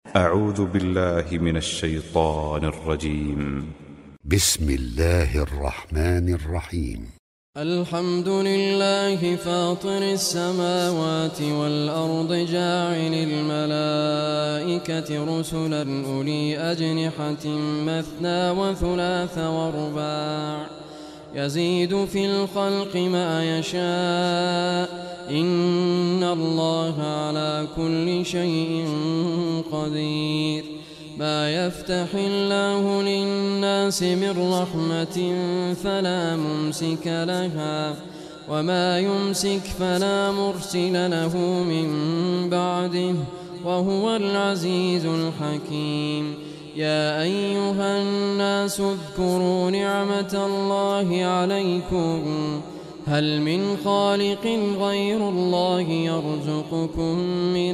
أعوذ بالله من الشيطان الرجيم. بسم الله الرحمن الرحيم. الحمد لله فاطر السماوات والأرض جاعل الملائكة رسلا أولي أجنحة مثنى وثلاث ورباع يزيد في الخلق ما يشاء إن الله على كل شيء قدير. ما يفتح الله للناس من رحمة فلا ممسك لها وما يمسك فلا مرسل له من بعده وهو العزيز الحكيم. يا أيها الناس اذكروا نعمة الله عليكم هل من خالق غير الله يرزقكم من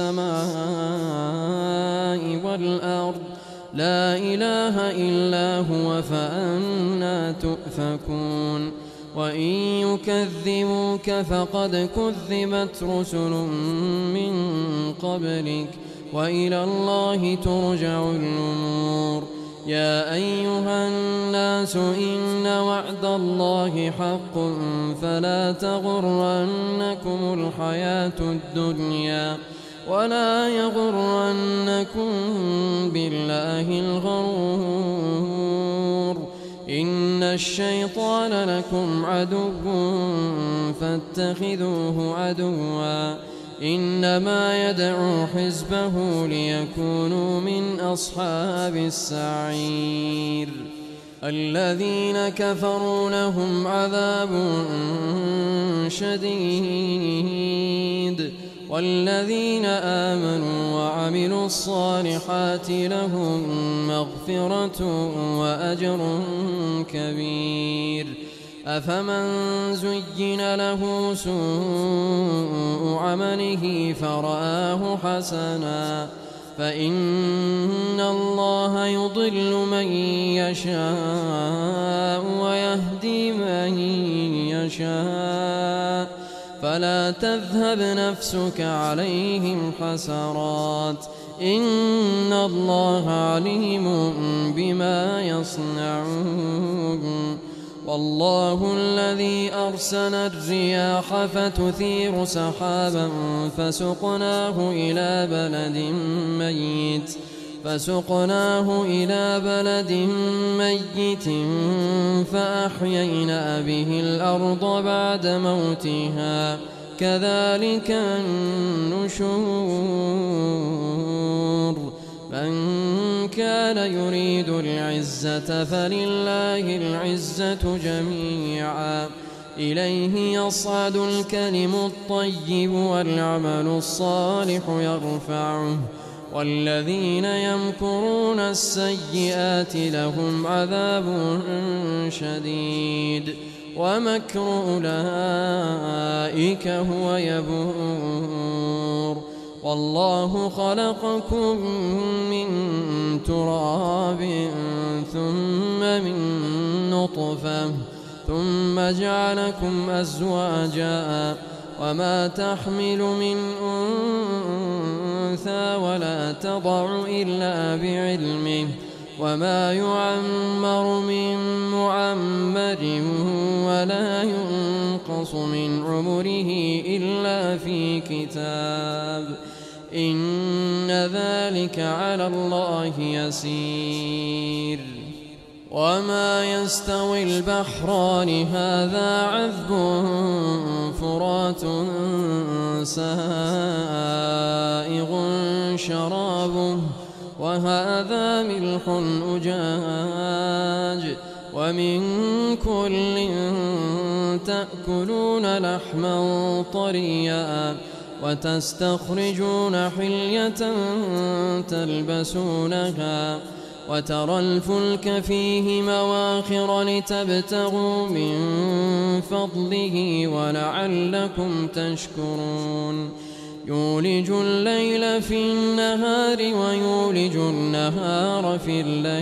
السماء والأرض لا إله إلا هو فأنى تؤفكون. وإن يكذبوك فقد كذبت رسل من قبلك وإلى الله ترجع الأمور. يا أيها الناس إن وعد الله حق فلا تغرنكم الحياة الدنيا ولا يغرنكم بالله الغرور. إن الشيطان لكم عدو فاتخذوه عدوا إنما يدعو حزبه ليكونوا من أصحاب السعير. الذين كفروا لهم عذاب شديد والذين آمنوا وعملوا الصالحات لهم مغفرة وأجر كبير. أفمن زين له سوء عمله فرآه حسنا فإن الله يضل من يشاء ويهدي من يشاء فلا تذهب نفسك عليهم حسرات إن الله عليم بما يصنعون. والله الذي أرسل الرياح فتثير سحابا فسقناه إلى بلد ميت فأحيينا به الأرض بعد موتها كذلك النشور. من كان يريد العزة فلله العزة جميعا إليه يصعد الكلم الطيب والعمل الصالح يرفعه والذين يمكرون السيئات لهم عذاب شديد ومكر أولئك هو يبور. والله خلقكم من تراب ثم من نطفة ثم جعلكم أزواجا وما تحمل من أنثى ولا تضع إلا بعلمه وما يعمر من معمر ولا ينقص من عمره إلا في كتاب إن ذلك على الله يسير. وما يستوي البحران هذا عذب فرات سائغ شرابه وهذا ملح أجاج ومن كل تأكلون لحما طريا وتستخرجون حلية تلبسونها وترى الفلك فيه مواخر لتبتغوا من فضله ولعلكم تشكرون. يولج الليل في النهار ويولج النهار في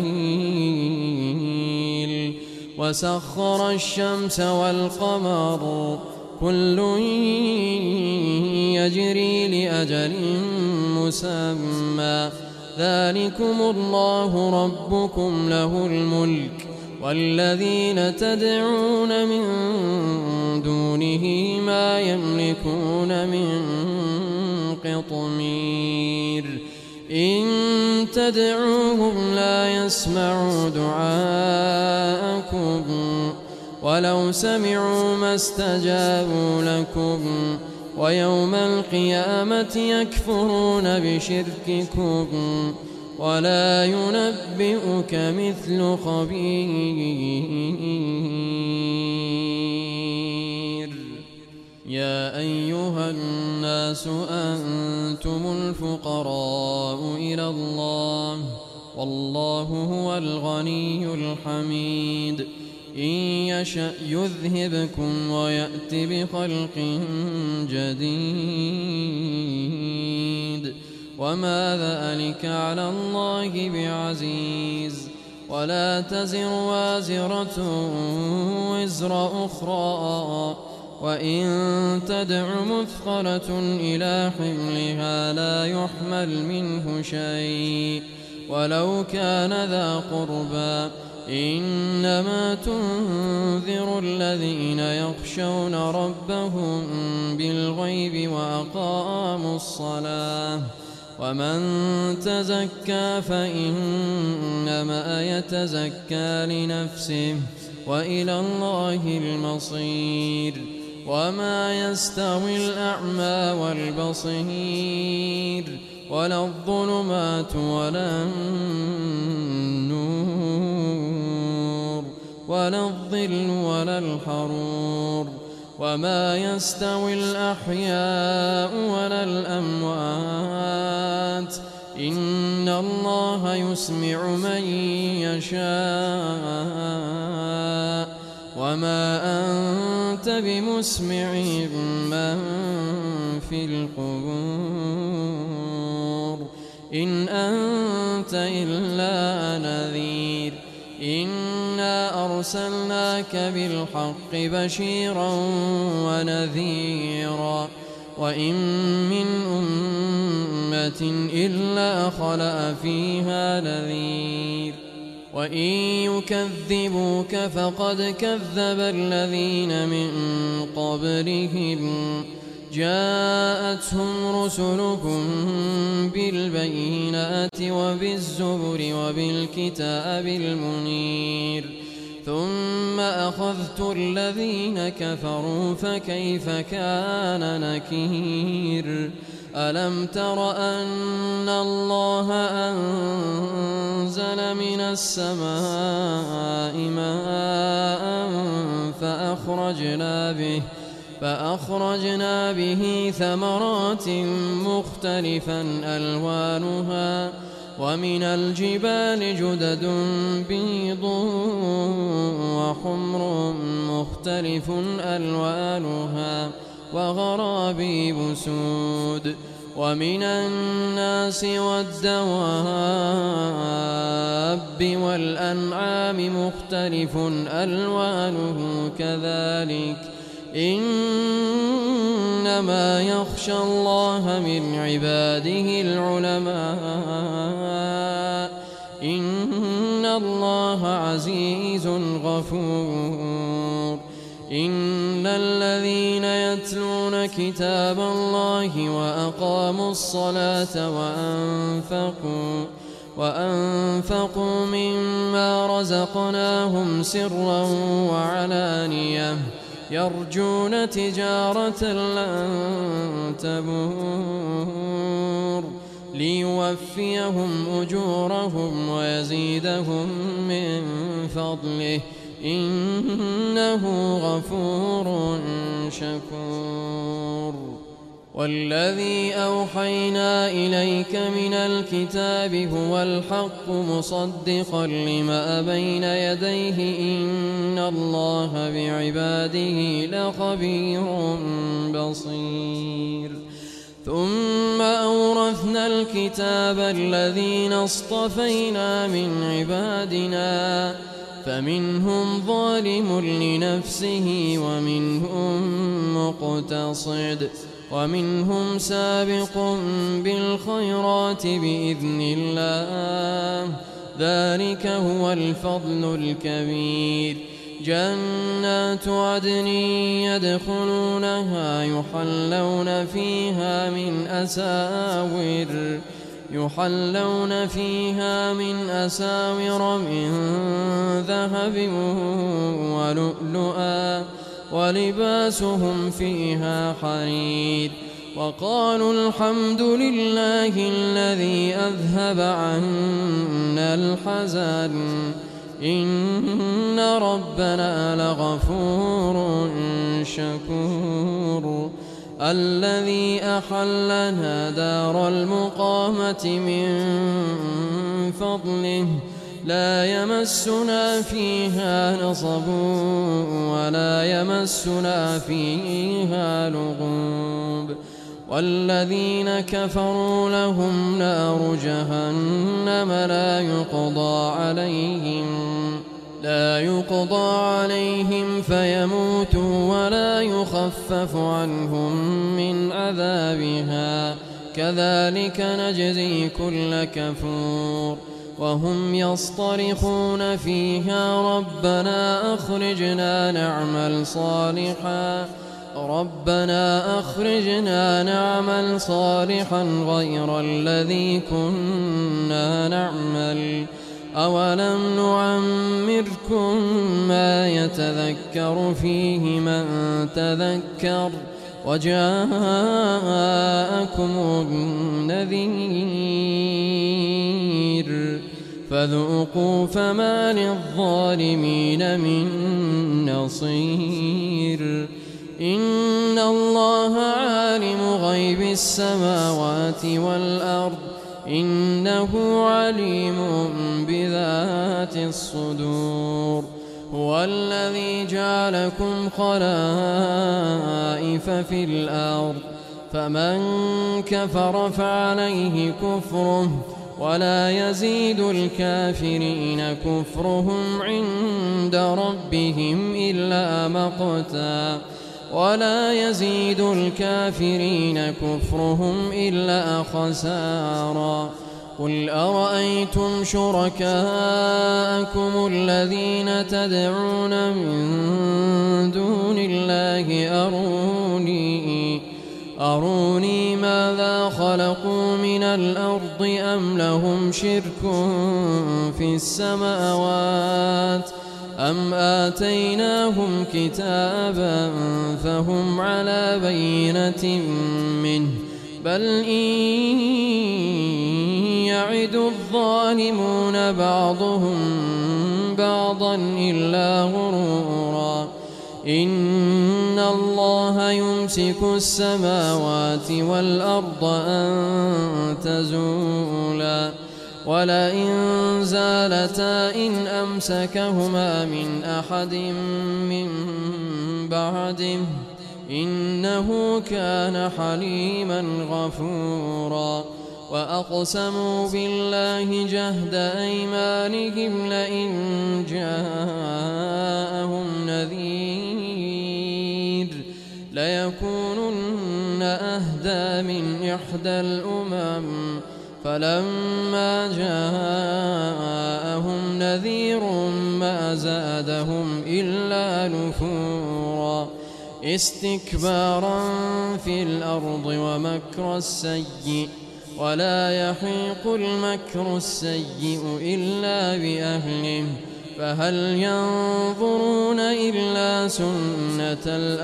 الليل وسخر الشمس والقمر كل يجري لأجل مسمى ذلكم الله ربكم له الملك والذين تدعون من دونه ما يملكون من قطمير إن تدعوهم لا يسمعوا دعاءكم ولو سمعوا ما استجابوا لكم ويوم القيامة يكفرون بشرككم ولا ينبئك مثل خبير يا أيها الناس أنتم الفقراء إلى الله والله هو الغني الحميد إن يشأ يذهبكم ويأت بخلق جديد وما ذلك على الله بعزيز ولا تزر وازرة وزر أخرى وإن تدع مثقلة إلى حملها لا يحمل منه شيء ولو كان ذا قربى إنما تنذر الذين يخشون ربهم بالغيب وأقاموا الصلاة ومن تزكى فإنما يتزكى لنفسه وإلى الله المصير وما يستوي الأعمى والبصير ولا الظلمات ولا النور ولا الظل ولا الحرور وما يستوي الأحياء ولا الأموات إن الله يسمع من يشاء وما أنت بمسمع من في القبور إن أنت إلا نذير إنا أرسلناك بالحق بشيرا ونذيرا وإن من أمة إلا خلأ فيها نذير وإن يكذبوك فقد كذب الذين من قبلهم جاءتهم رسلهم بالبينات وبالزبر وبالكتاب المنير ثم أخذت الذين كفروا فكيف كان نكير ألم تر أن الله أنزل من السماء ماء فأخرجنا به ثمرات مختلفا ألوانها ومن الجبال جدد بيض وحمر مختلف ألوانها وغرابيب سود ومن الناس والدواب والأنعام مختلف ألوانه كذلك إنما يخشى الله من عباده العلماء إن الله عزيز غفور إن الذين يتلون كتاب الله وأقاموا الصلاة وأنفقوا مما رزقناهم سرا وعلانية يرجون تجارة لن تبور ليوفيهم أجورهم ويزيدهم من فضله إنه غفور شكور والذي أوحينا إليك من الكتاب هو الحق مصدقا لما بين يديه إن الله بعباده لخبير بصير ثم أورثنا الكتاب الذين اصطفينا من عبادنا فمنهم ظالم لنفسه ومنهم مقتصد ومنهم سابق بالخيرات بإذن الله، ذلك هو الفضل الكبير. جنات عدن يدخلونها يحلون فيها من أساور من ذهب ولؤلؤا، ولباسهم فيها حرير. وقالوا الحمد لله الذي أذهب عنا الحزن إن ربنا لغفور شكور. الذي أحلنا دار المقامة من فضله لا يمسنا فيها نصب ولا يمسنا فيها لغوب. والذين كفروا لهم نار جهنم لا يقضى عليهم فيموتوا ولا يخفف عنهم من عذابها، كذلك نجزي كل كفور. وهم يصطرخون فيها ربنا أخرجنا نعمل صالحا غير الذي كنا نعمل. أولم نعمركم ما يتذكر فيه من تذكر وجاءكم النذير، فذوقوا فما للظالمين من نصير. إن الله عالم غيب السماوات والأرض إنه عليم بذات الصدور. هو الذي جعلكم خلائف في الأرض، فمن كفر فعليه كفره، ولا يزيد الكافرين كفرهم عند ربهم إلا مقتا، خسارا. قل أرأيتم شركاءكم الذين تدعون من دون الله أروني ماذا خلقوا من الأرض أم لهم شرك في السماوات أم آتيناهم كتابا فهم على بينة منه، بل إن يعد الظالمون بعضهم بعضا إلا غرورا. إن الله يمسك السماوات والأرض أن تزولا، ولئن زالتا إن أمسكهما من أحد من بعده إنه كان حليما غفورا. وأقسموا بالله جهد أيمانهم لئن جاءهم نذير ليكونن أهدى من إحدى الأمم، فلما جاءهم نذير ما زادهم إلا نفورا، استكبارا في الأرض ومكر السيء، ولا يحيق المكر السيء إلا بأهله، فهل ينظرون إلا سنة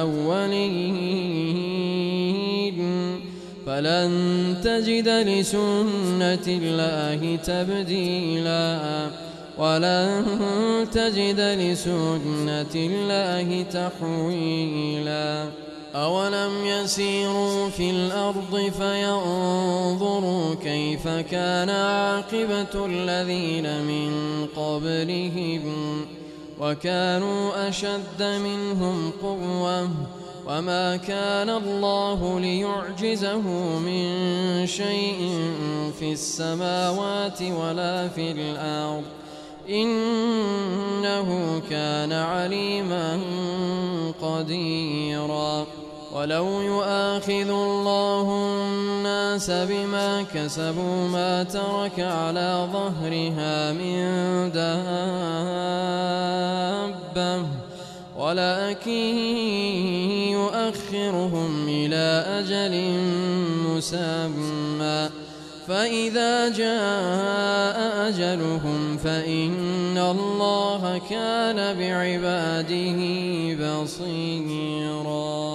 الأولين فلن تجد لسنة الله تبديلا، ولن تجد لسنة الله تحويلا. أولم يسيروا في الأرض فينظروا كيف كان عاقبة الذين من قبلهم، وكانوا أشد منهم قوة، وما كان الله ليعجزه من شيء في السماوات ولا في الأرض، إنه كان عليما قديرا. ولو يؤاخذ الله الناس بما كسبوا ما ترك على ظهرها من دابة ولكن يؤخرهم إلى أجل مسمى فإذا جاء أجلهم فإن الله كان بعباده بصيرا.